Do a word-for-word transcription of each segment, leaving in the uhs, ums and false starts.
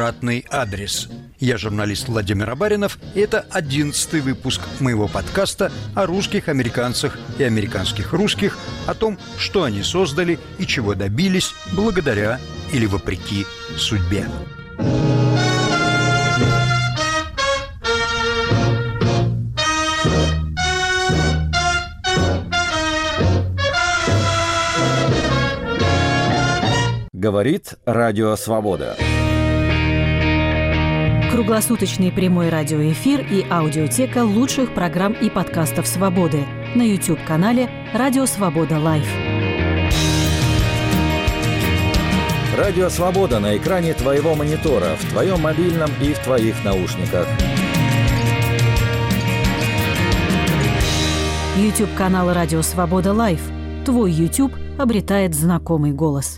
обратный адрес. Я журналист Владимир Абаринов, и это одиннадцатый выпуск моего подкаста о русских американцах и американских русских, о том, что они создали и чего добились благодаря или вопреки судьбе. Говорит Радио Свобода. Круглосуточный прямой радиоэфир и аудиотека лучших программ и подкастов «Свободы» на YouTube-канале «Радио Свобода Лайв». Радио Свобода на экране твоего монитора, в твоем мобильном и в твоих наушниках. YouTube-канал «Радио Свобода Лайв». Твой YouTube обретает знакомый голос.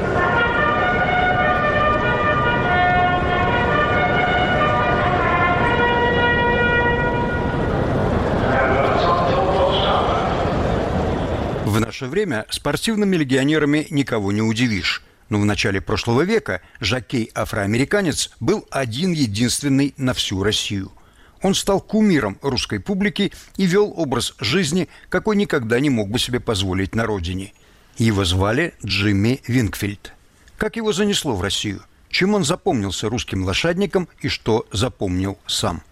В наше время спортивными легионерами никого не удивишь. Но в начале прошлого века жокей-афроамериканец был один-единственный на всю Россию. Он стал кумиром русской публики и вел образ жизни, какой никогда не мог бы себе позволить на родине. Его звали Джимми Вингфилд. Как его занесло в Россию? Чем он запомнился русским лошадником и что запомнил сам?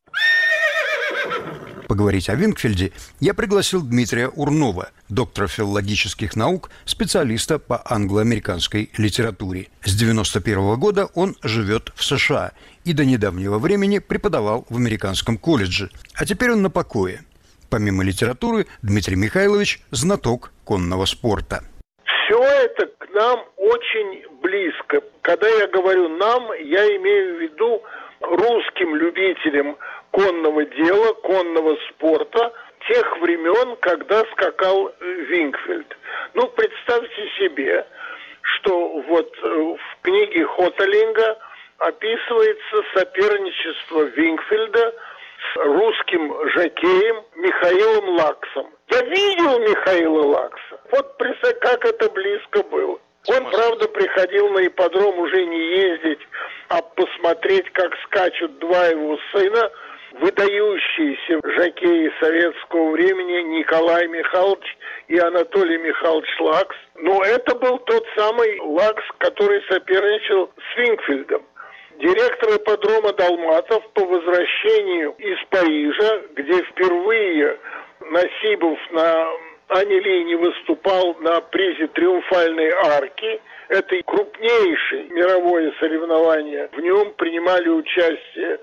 Поговорить о Вингфилде я пригласил Дмитрия Урнова, доктора филологических наук, специалиста по англо-американской литературе. С девяносто первого года он живет в США и до недавнего времени преподавал в американском колледже. А теперь он на покое. Помимо литературы, Дмитрий Михайлович – знаток конного спорта. Все это к нам очень близко. Когда я говорю «нам», я имею в виду русским любителям конного дела, конного спорта тех времен, когда скакал Вингфилд. Ну, представьте себе, что вот в книге Хотелинга описывается соперничество Вингфилда с русским жокеем Михаилом Лаксом. Я видел Михаила Лакса. Вот представьте, как это близко было. Он, правда, приходил на ипподром уже не ездить, а посмотреть, как скачут два его сына, выдающиеся жокеи советского времени Николай Михайлович и Анатолий Михайлович Лакс. Но это был тот самый Лакс, который соперничал с Вингфилдом. Директор ипподрома Долматов по возвращению из Парижа, где впервые Насибов на Анилине выступал на призе Триумфальной арки. Это крупнейшее мировое соревнование. В нем принимали участие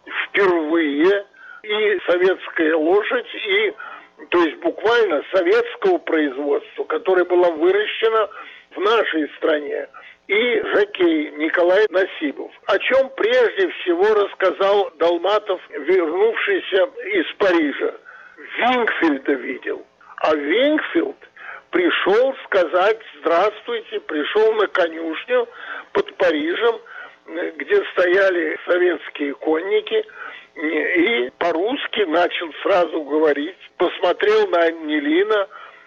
впервые и советская лошадь, и, то есть буквально советского производства, которая была выращена в нашей стране, и жокей Николай Насибов. О чем прежде всего рассказал Долматов, вернувшийся из Парижа. Вингфилда видел. А Вингфилд пришел сказать «здравствуйте», пришел на конюшню под Парижем, где стояли советские конники, и по-русски начал сразу говорить, посмотрел на Анилина,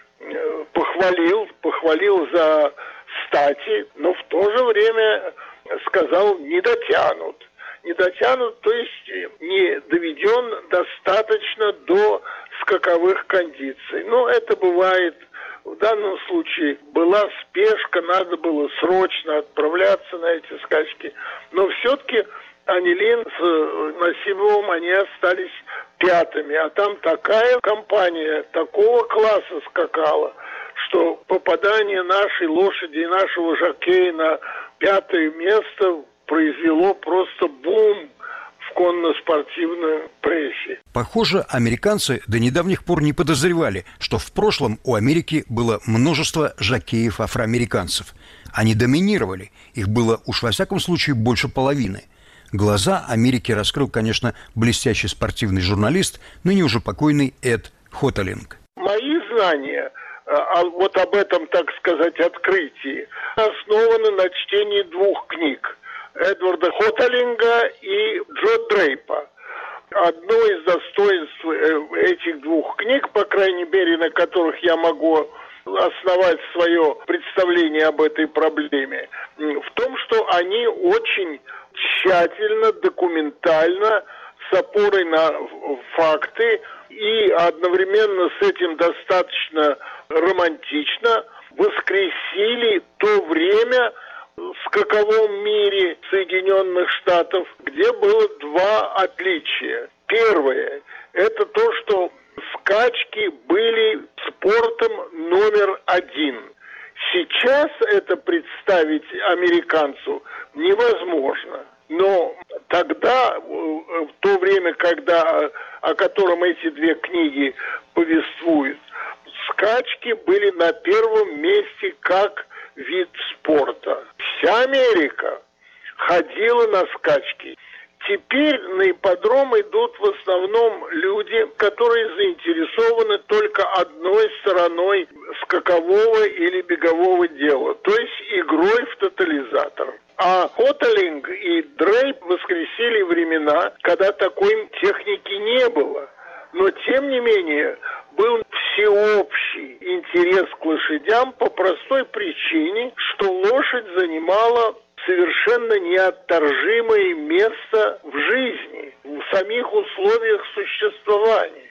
похвалил, похвалил за стати, но в то же время сказал «не дотянут». Не дотянут, то есть не доведен достаточно до скаковых кондиций. Но это бывает. В данном случае была спешка, надо было срочно отправляться на эти скачки. Но все-таки Анилин с Насибовым, они остались пятыми. А там такая компания, такого класса скакала, что попадание нашей лошади и нашего жокея на пятое место произвело просто бум в конно-спортивной прессе. Похоже, американцы до недавних пор не подозревали, что в прошлом у Америки было множество жокеев-афроамериканцев. Они доминировали, их было уж во всяком случае больше половины. Глаза Америки раскрыл, конечно, блестящий спортивный журналист, ныне уже покойный Эд Хотелинг. Мои знания а вот об этом, так сказать, открытии основаны на чтении двух книг. Эдварда Хотелинга и Джо Дрейпа. Одно из достоинств этих двух книг, по крайней мере, на которых я могу основать свое представление об этой проблеме, в том, что они очень тщательно, документально, с опорой на факты и одновременно с этим достаточно романтично воскресили то время в скаковом мире Соединенных Штатов, где было два отличия. Первое – это то, что скачки были спортом номер один. Сейчас это представить американцу невозможно. Но тогда, в то время, когда, о котором эти две книги повествуют, скачки были на первом месте как вид спорта. Вся Америка ходила на скачки. Теперь на ипподром идут в основном люди, которые заинтересованы только одной стороной скакового или бегового дела, то есть игрой в тотализатор. А Хотелинг и Дрейп воскресили времена, когда такой техники не было. Но, тем не менее, был всеобщий интерес к лошадям по простой причине, что лошадь занимала совершенно неотторжимое место в жизни, в самих условиях существования.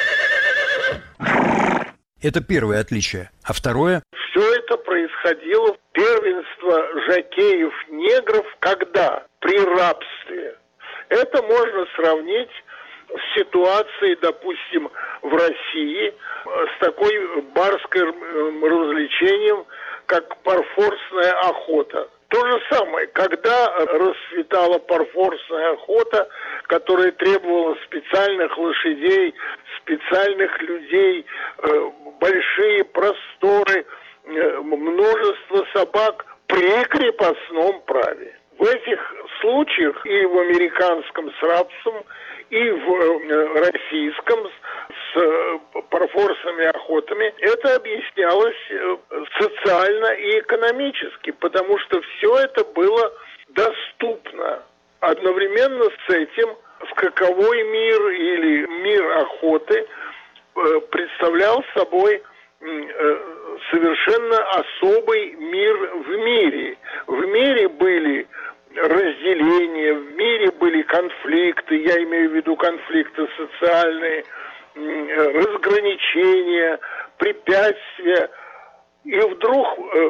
Это первое отличие. А второе? Все это происходило в первенство жокеев-негров когда? При рабстве. Это можно сравнить с ситуацией, допустим, в России, с такой барским развлечением, как парфорсная охота. То же самое, когда расцветала парфорсная охота, которая требовала специальных лошадей, специальных людей, большие просторы, множество собак при крепостном праве. В этих случаях и в американском с рабством, и в российском с парфорсными охотами это объяснялось социально и экономически, потому что все это было доступно. Одновременно с этим скаковой мир или мир охоты представлял собой совершенно особый мир в мире. В мире были разделения, в мире были конфликты, я имею в виду конфликты социальные, разграничения, препятствия. И вдруг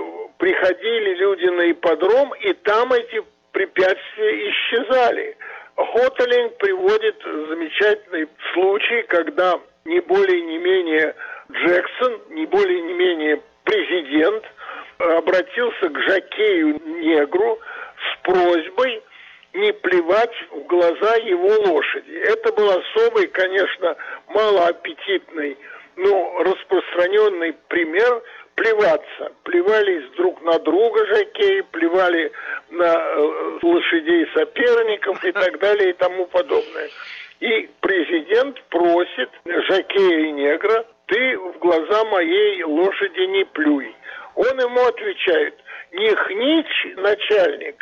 приходили люди на ипподром, и там эти препятствия исчезали. Хотелинг приводит замечательный случай, когда не более не менее Джексон, не более не менее президент обратился к жокею-негру с просьбой не плевать в глаза его лошади. Это был особый, конечно, малоаппетитный, но распространенный пример плеваться. Плевались друг на друга жокеи, плевали на э, лошадей соперников и так далее и тому подобное. И президент просит жокея и негра: ты в глаза моей лошади не плюй. Он ему отвечает: не хничь, начальник,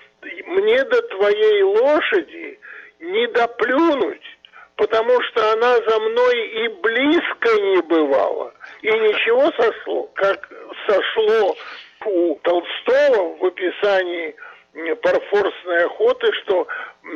мне до твоей лошади не доплюнуть, потому что она за мной и близко не бывала. И ничего сошло, как сошло у Толстого в описании парфорсной охоты, что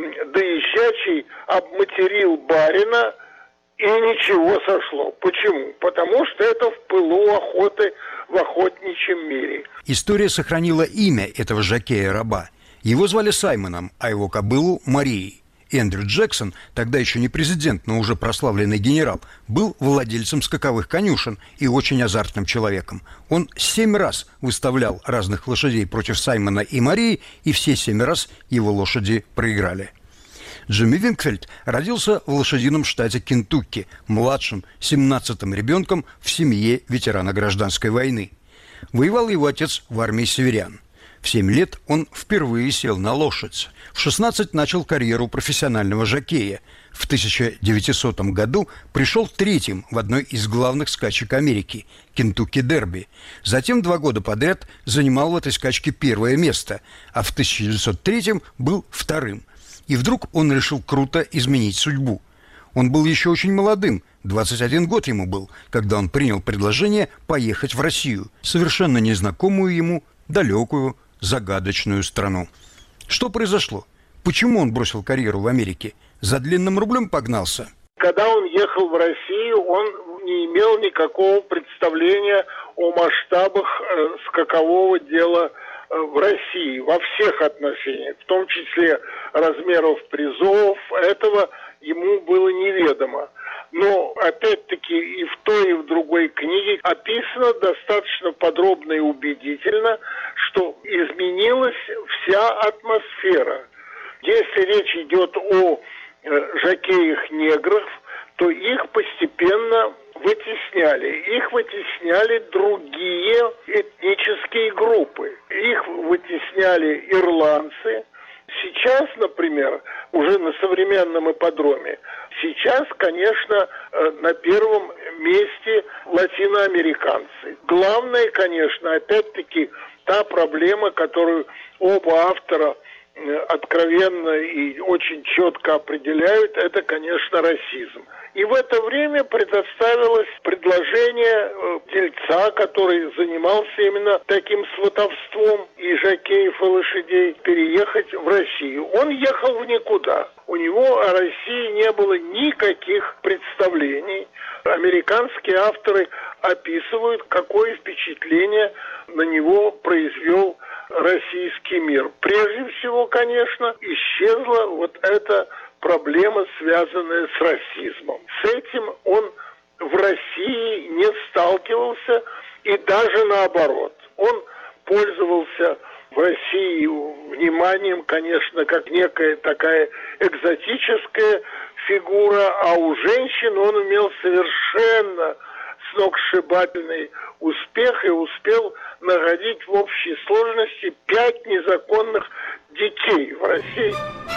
доезжачий обматерил барина, и ничего сошло. Почему? Потому что это в пылу охоты в охотничьем мире. История сохранила имя этого жокея-раба. Его звали Саймоном, а его кобылу – Марией. Эндрю Джексон, тогда еще не президент, но уже прославленный генерал, был владельцем скаковых конюшен и очень азартным человеком. Он семь раз выставлял разных лошадей против Саймона и Марии, и все семь раз его лошади проиграли. Джимми Винкфельд родился в лошадином штате Кентукки, младшим, семнадцатым ребенком в семье ветерана гражданской войны. Воевал его отец в армии северян. В семь лет он впервые сел на лошадь. В шестнадцать начал карьеру профессионального жокея. В тысяча девятисотом году пришел третьим в одной из главных скачек Америки – Кентукки Дерби. Затем два года подряд занимал в этой скачке первое место, а в тысяча девятьсот третьем был вторым. И вдруг он решил круто изменить судьбу. Он был еще очень молодым, двадцать один год ему был, когда он принял предложение поехать в Россию, совершенно незнакомую ему, далекую, загадочную страну. Что произошло? Почему он бросил карьеру в Америке? За длинным рублем погнался? Когда он ехал в Россию, он не имел никакого представления о масштабах э, скакового дела э, в России во всех отношениях, в том числе размеров призов. Этого ему было неведомо. Но, опять-таки, и в той, и в другой книге описано достаточно подробно и убедительно, что изменилась вся атмосфера. Если речь идет о жокеях-негров, то их постепенно вытесняли. Их вытесняли другие этнические группы. Их вытесняли ирландцы. Сейчас, например, уже на современном ипподроме, сейчас, конечно, на первом месте латиноамериканцы. Главное, конечно, опять-таки, та проблема, которую оба автора откровенно и очень четко определяют, это, конечно, расизм. И в это время предоставилось предложение дельца, который занимался именно таким сватовством и жокеев, и лошадей, переехать в Россию. Он ехал в никуда. У него о России не было никаких представлений. Американские авторы описывают, какое впечатление на него произвел российский мир. Прежде всего, конечно, исчезла вот эта проблема, связанная с расизмом. С этим он в России не сталкивался, и даже наоборот. Он пользовался в России вниманием, конечно, как некая такая экзотическая фигура, а у женщин он имел совершенно сногсшибательный успех и успел наградить в общей сложности пять незаконных детей в России.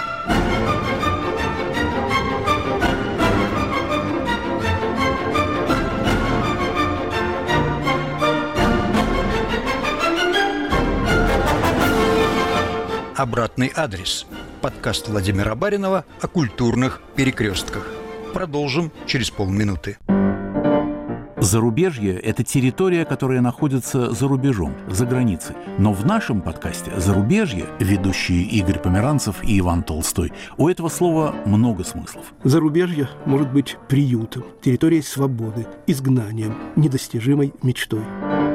Обратный адрес. Подкаст Владимира Баринова о культурных перекрестках. Продолжим через полминуты. Зарубежье – это территория, которая находится за рубежом, за границей. Но в нашем подкасте «Зарубежье», ведущие Игорь Померанцев и Иван Толстой, у этого слова много смыслов. Зарубежье может быть приютом, территорией свободы, изгнанием, недостижимой мечтой.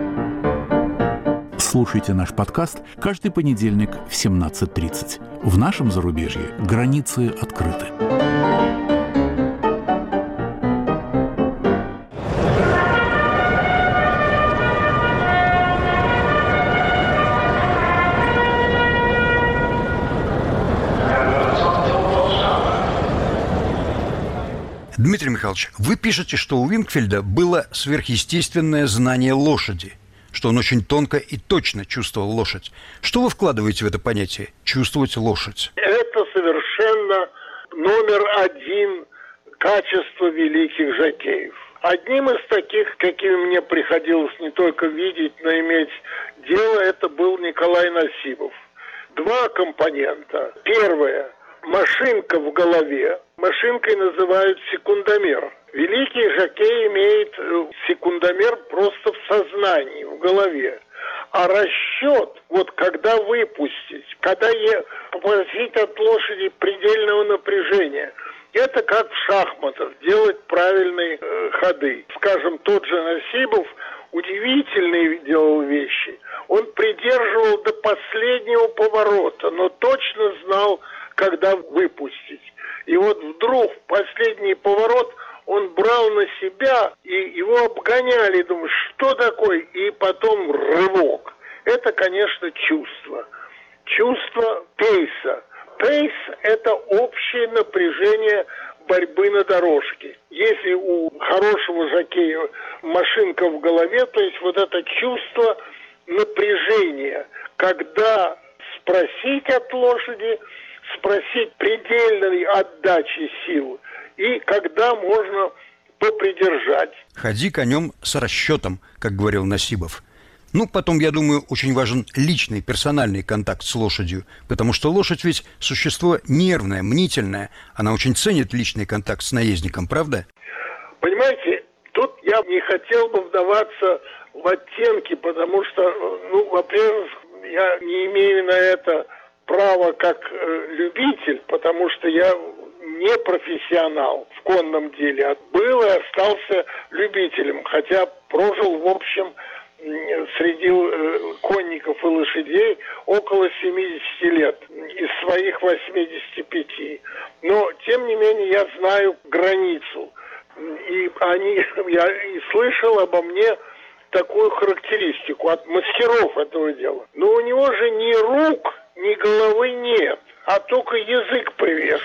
Слушайте наш подкаст каждый понедельник в семнадцать тридцать. В нашем зарубежье границы открыты. Дмитрий Михайлович, вы пишете, что у Уинкфельда было сверхъестественное знание лошади, что он очень тонко и точно чувствовал лошадь. Что вы вкладываете в это понятие «чувствовать лошадь»? Это совершенно номер один качества великих жокеев. Одним из таких, какими мне приходилось не только видеть, но и иметь дело, это был Николай Насибов. Два компонента. Первое – машинка в голове. Машинкой называют секундомер. Великий жокей имеет секундомер просто в сознании, в голове. А расчет, вот когда выпустить, когда попросить от лошади предельного напряжения, это как в шахматах, делать правильные э, ходы. Скажем, тот же Насибов удивительные делал вещи. Он придерживал до последнего поворота, но точно знал, когда выпустить. И вот вдруг в последний поворот он брал на себя, и его обгоняли, думаю, что такое? И потом рывок. Это, конечно, чувство. Чувство пейса. Пейс – это общее напряжение борьбы на дорожке. Если у хорошего жокея машинка в голове, то есть вот это чувство напряжения, когда спросить от лошади, спросить предельной отдачи сил, и когда можно попридержать. Ходи конем с расчетом, как говорил Насибов. Ну, потом, я думаю, очень важен личный, персональный контакт с лошадью, потому что лошадь ведь существо нервное, мнительное. Она очень ценит личный контакт с наездником, правда? Понимаете, тут я не хотел бы вдаваться в оттенки, потому что, ну, во-первых, я не имею на это право как э, любитель, потому что я не профессионал в конном деле, а был и остался любителем, хотя прожил, в общем, среди э, конников и лошадей около семидесяти лет из своих восьмидесяти пяти. Но, тем не менее, я знаю границу. И они, я и слышал обо мне такую характеристику от мастеров этого дела. Но у него же ни рук, ни головы нет, а только язык привез.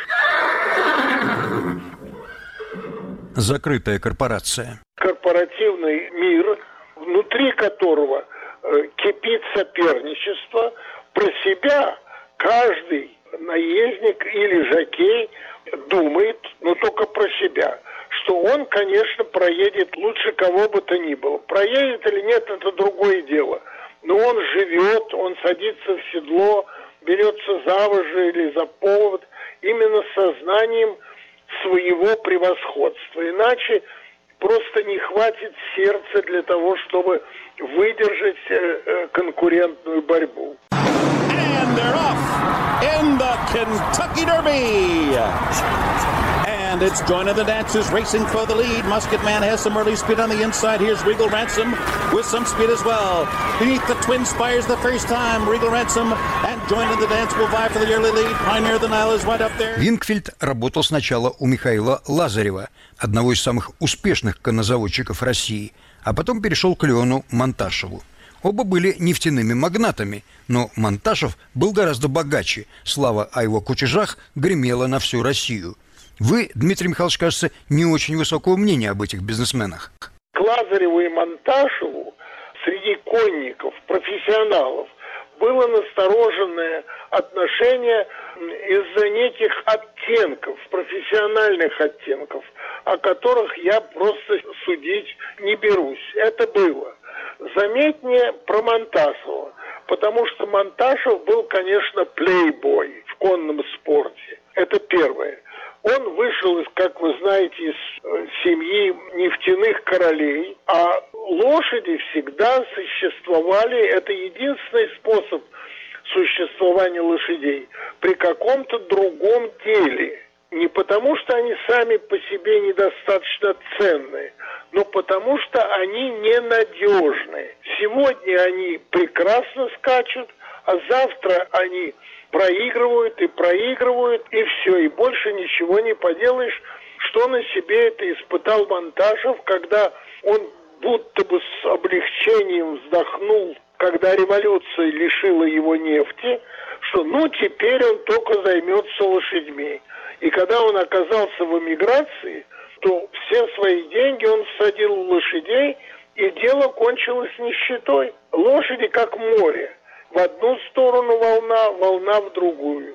Закрытая корпорация. Корпоративный мир, внутри которого э, кипит соперничество, про себя каждый наездник или жокей думает, но только про себя, что он, конечно, проедет лучше кого бы то ни было. Проедет или нет, это другое дело. Но он живет, он садится в седло, берется за вожжи или за повод именно с сознанием своего превосходства. Иначе просто не хватит сердца для того, чтобы выдержать э, конкурентную борьбу. And they're off in the Kentucky Derby. And it's joining the dancers racing for the lead. Musket Man has some early speed on the inside. Here's Regal Ransom with some speed as well. Beneath the Twin Spires the first time. Regal Ransom and joining the dance will vie for the early lead. Pioneer the Nile is right up there. Винкфельд работал сначала у Михаила Лазарева, одного из самых успешных коннозаводчиков России, а потом перешел к Леону Монташеву. Оба были нефтяными магнатами, но Монташев был гораздо богаче. Слава о его кутежах гремела на всю Россию. Вы, Дмитрий Михайлович, кажется, не очень высокого мнения об этих бизнесменах. К Лазареву и Монташеву среди конников, профессионалов, было настороженное отношение из-за неких оттенков, профессиональных оттенков, о которых я просто судить не берусь. Это было. Заметнее про Монташева, потому что Монташев был, конечно, плейбой в конном спорте. Это первое. Он вышел, из, как вы знаете, из э, семьи нефтяных королей, а лошади всегда существовали, это единственный способ существования лошадей, при каком-то другом деле. Не потому, что они сами по себе недостаточно ценные, но потому, что они ненадежны. Сегодня они прекрасно скачут, а завтра они проигрывают и проигрывают, и все, и больше ничего не поделаешь. Что на себе это испытал Монташев, когда он будто бы с облегчением вздохнул, когда революция лишила его нефти, что ну теперь он только займется лошадьми. И когда он оказался в эмиграции, то все свои деньги он всадил в лошадей, и дело кончилось нищетой. Лошади как море. В одну сторону волна, волна в другую.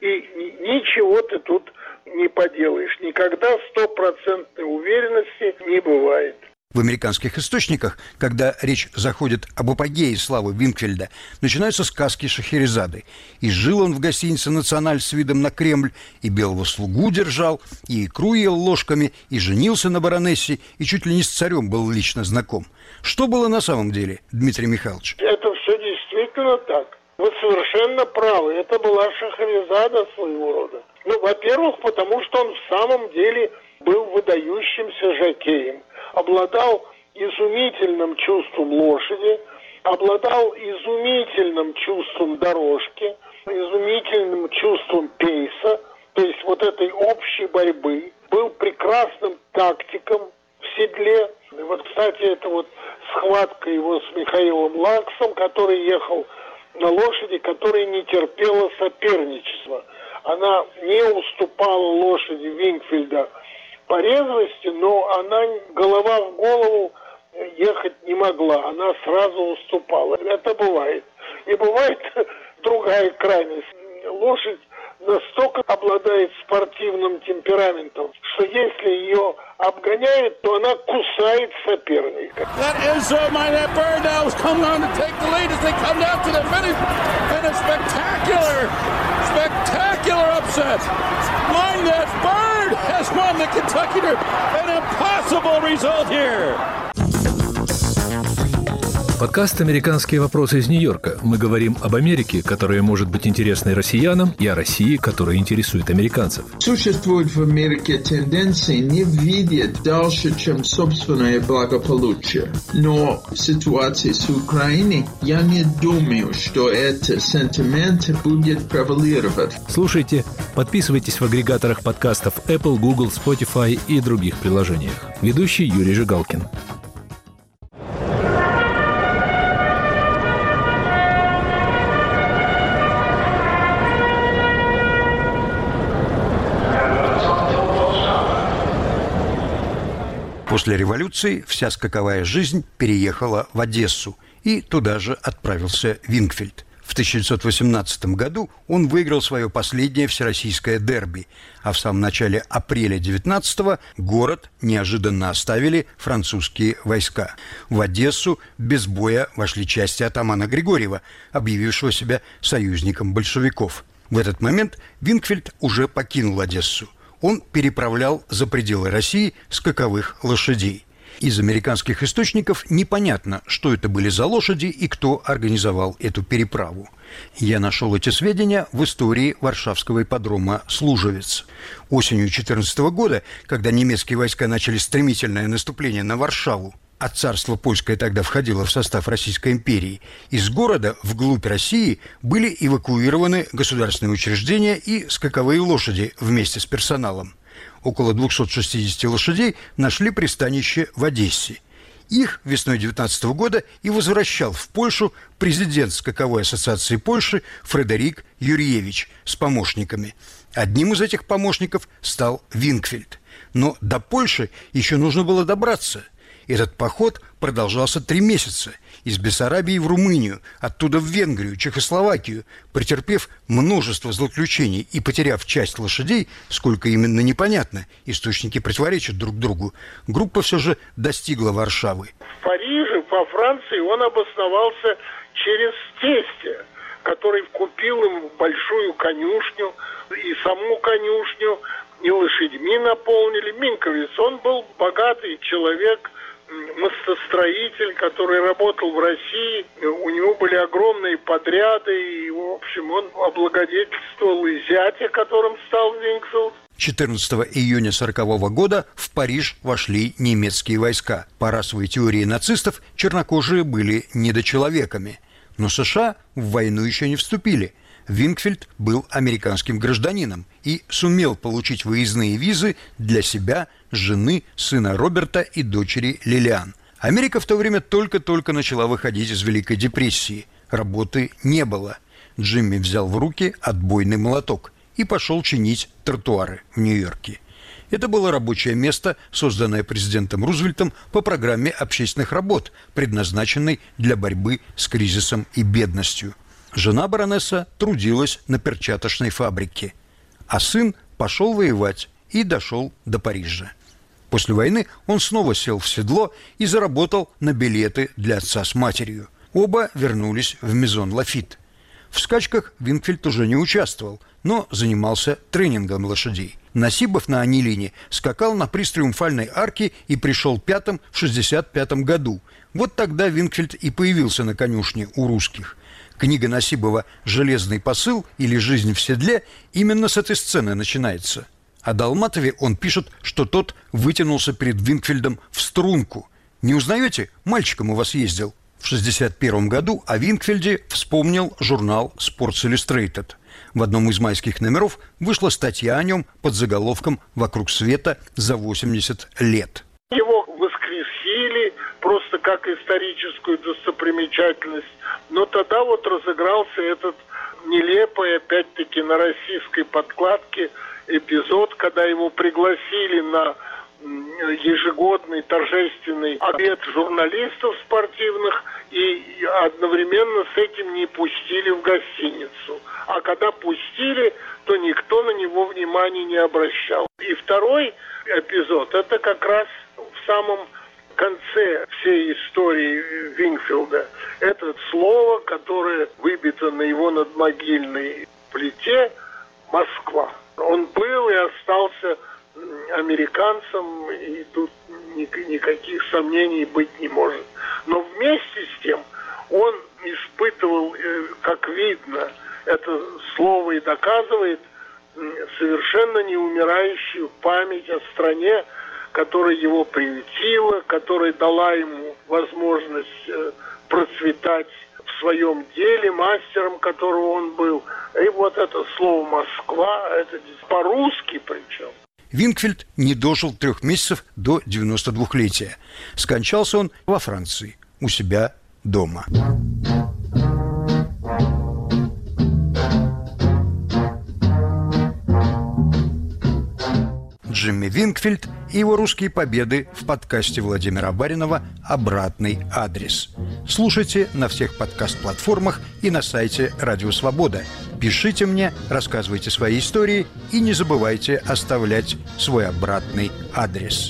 И ничего ты тут не поделаешь. Никогда стопроцентной уверенности не бывает. В американских источниках, когда речь заходит об апогее славы Винкфельда, начинаются сказки Шахерезады. И жил он в гостинице «Националь» с видом на Кремль, и белого слугу держал, и икру ел ложками, и женился на баронессе, и чуть ли не с царем был лично знаком. Что было на самом деле, Дмитрий Михайлович? Это все действительно так. Вы совершенно правы. Это была Шахерезада своего рода. Ну, во-первых, потому что он в самом деле был выдающимся жокеем. Обладал изумительным чувством лошади, обладал изумительным чувством дорожки, изумительным чувством пейса, то есть вот этой общей борьбы, был прекрасным тактиком в седле. И вот, кстати, это вот схватка его с Михаилом Лаксом, который ехал на лошади, которая не терпела соперничества. Она не уступала лошади Винкфельда по резвости, но она голова в голову ехать не могла. Она сразу уступала. Это бывает. И бывает другая крайность. Лошадь настолько обладает спортивным темпераментом, что если ее обгоняет, то она кусает соперника. That is uh, my that bird now is coming on to take the lead as they come down to the finish. And a spectacular, spectacular upset. Mind that bird has won the Kentucky Derby. An impossible result here. Подкаст «Американские вопросы» из Нью-Йорка. Мы говорим об Америке, которая может быть интересной россиянам, и о России, которая интересует американцев. Существует в Америке тенденции не видеть дальше, чем собственное благополучие. Но в ситуации с Украиной я не думаю, что этот сентимент будет превалировать. Слушайте, подписывайтесь в агрегаторах подкастов Apple, Google, Spotify и других приложениях. Ведущий Юрий Жигалкин. После революции вся скаковая жизнь переехала в Одессу, и туда же отправился Вингфельд. В тысяча девятьсот восемнадцатом году он выиграл свое последнее всероссийское дерби, а в самом начале апреля девятнадцатого город неожиданно оставили французские войска. В Одессу без боя вошли части атамана Григорьева, объявившего себя союзником большевиков. В этот момент Вингфельд уже покинул Одессу. Он переправлял за пределы России скаковых лошадей. Из американских источников непонятно, что это были за лошади и кто организовал эту переправу. Я нашел эти сведения в истории Варшавского ипподрома «Служевец». Осенью две тысячи четырнадцатого года, когда немецкие войска начали стремительное наступление на Варшаву, а царство польское тогда входило в состав Российской империи, из города вглубь России были эвакуированы государственные учреждения и скаковые лошади вместе с персоналом. Около двухсот шестидесяти лошадей нашли пристанище в Одессе. Их весной девятнадцатого года и возвращал в Польшу президент скаковой ассоциации Польши Фредерик Юрьевич с помощниками. Одним из этих помощников стал Вингфельд. Но до Польши еще нужно было добраться. Этот поход продолжался три месяца. Из Бессарабии в Румынию, оттуда в Венгрию, Чехословакию, претерпев множество злоключений и потеряв часть лошадей, сколько именно непонятно, источники противоречат друг другу, группа все же достигла Варшавы. В Париже, во Франции, он обосновался через тестя, который купил им большую конюшню, и саму конюшню, и лошадьми наполнили. Минковец, он был богатый человек, мостостроитель, который работал в России. У него были огромные подряды, и, в общем, он облагодетельствовал и зятя, которым стал Вингфельд. четырнадцатого июня сорокового года в Париж вошли немецкие войска. По расовой теории нацистов чернокожие были недочеловеками. Но США в войну еще не вступили. Вингфельд был американским гражданином и сумел получить выездные визы для себя, жены, сына Роберта и дочери Лилиан. Америка в то время только-только начала выходить из Великой депрессии. Работы не было. Джимми взял в руки отбойный молоток и пошел чинить тротуары в Нью-Йорке. Это было рабочее место, созданное президентом Рузвельтом по программе общественных работ, предназначенной для борьбы с кризисом и бедностью. Жена баронесса трудилась на перчаточной фабрике, а сын пошел воевать и дошел до Парижа. После войны он снова сел в седло и заработал на билеты для отца с матерью. Оба вернулись в Мезон Лафит. В скачках Вингфельд уже не участвовал, но занимался тренингом лошадей. Насибов на Анилине скакал на приз Триумфальной арки и пришел пятым в шестьдесят пятом году. Вот тогда Вингфельд и появился на конюшне у русских. Книга Насибова «Железный посыл» или «Жизнь в седле» именно с этой сцены начинается. О Долматове он пишет, что тот вытянулся перед Вингфельдом в струнку. «Не узнаете? Мальчиком у вас ездил». В шестьдесят первом году о Вингфельде вспомнил журнал Sports Illustrated. В одном из майских номеров вышла статья о нем под заголовком «Вокруг света за восемьдесят лет». Его воскресили просто как историческую достопримечательность. Но тогда вот разыгрался этот нелепый, опять-таки, на российской подкладке эпизод, когда его пригласили на ежегодный торжественный обед журналистов спортивных и одновременно с этим не пустили в гостиницу. А когда пустили, то никто на него внимания не обращал. И второй эпизод, это как раз в самом конце всей истории Вингфельда. Это слово, которое выбито на его надмогильной плите «Москва». Он был и остался американцем, и тут никаких сомнений быть не может. Но вместе с тем он испытывал, как видно, это слово и доказывает, совершенно неумирающую память о стране, которая его приютила, которая дала ему возможность процветать в своем деле, мастером которого он был. И вот это слово «Москва», это по-русски причем. Винкфельд не дожил трех месяцев до девяностодвухлетия. Скончался он во Франции, у себя дома. Джимми Винкфельд и его русские победы в подкасте Владимира Баринова «Обратный адрес». Слушайте на всех подкаст-платформах и на сайте Радио Свобода. Пишите мне, рассказывайте свои истории и не забывайте оставлять свой обратный адрес.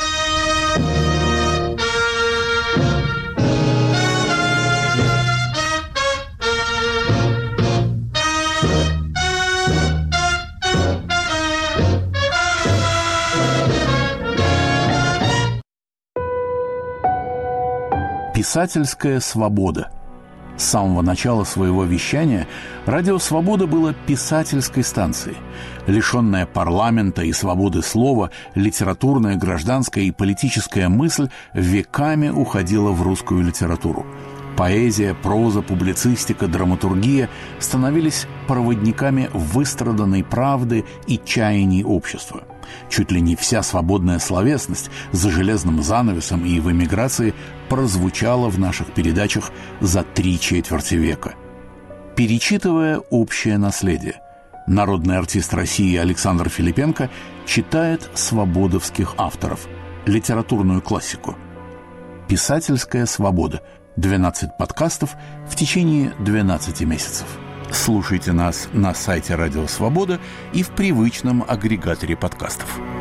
Писательская свобода. С самого начала своего вещания Радио Свобода было писательской станцией. Лишенная парламента и свободы слова, литературная, гражданская и политическая мысль веками уходила в русскую литературу. Поэзия, проза, публицистика, драматургия становились проводниками выстраданной правды и чаяний общества. Чуть ли не вся свободная словесность за железным занавесом и в эмиграции прозвучала в наших передачах за три четверти века. Перечитывая общее наследие, народный артист России Александр Филипенко читает свободовских авторов, литературную классику. «Писательская свобода». двенадцать подкастов в течение двенадцати месяцев. Слушайте нас на сайте Радио Свобода и в привычном агрегаторе подкастов.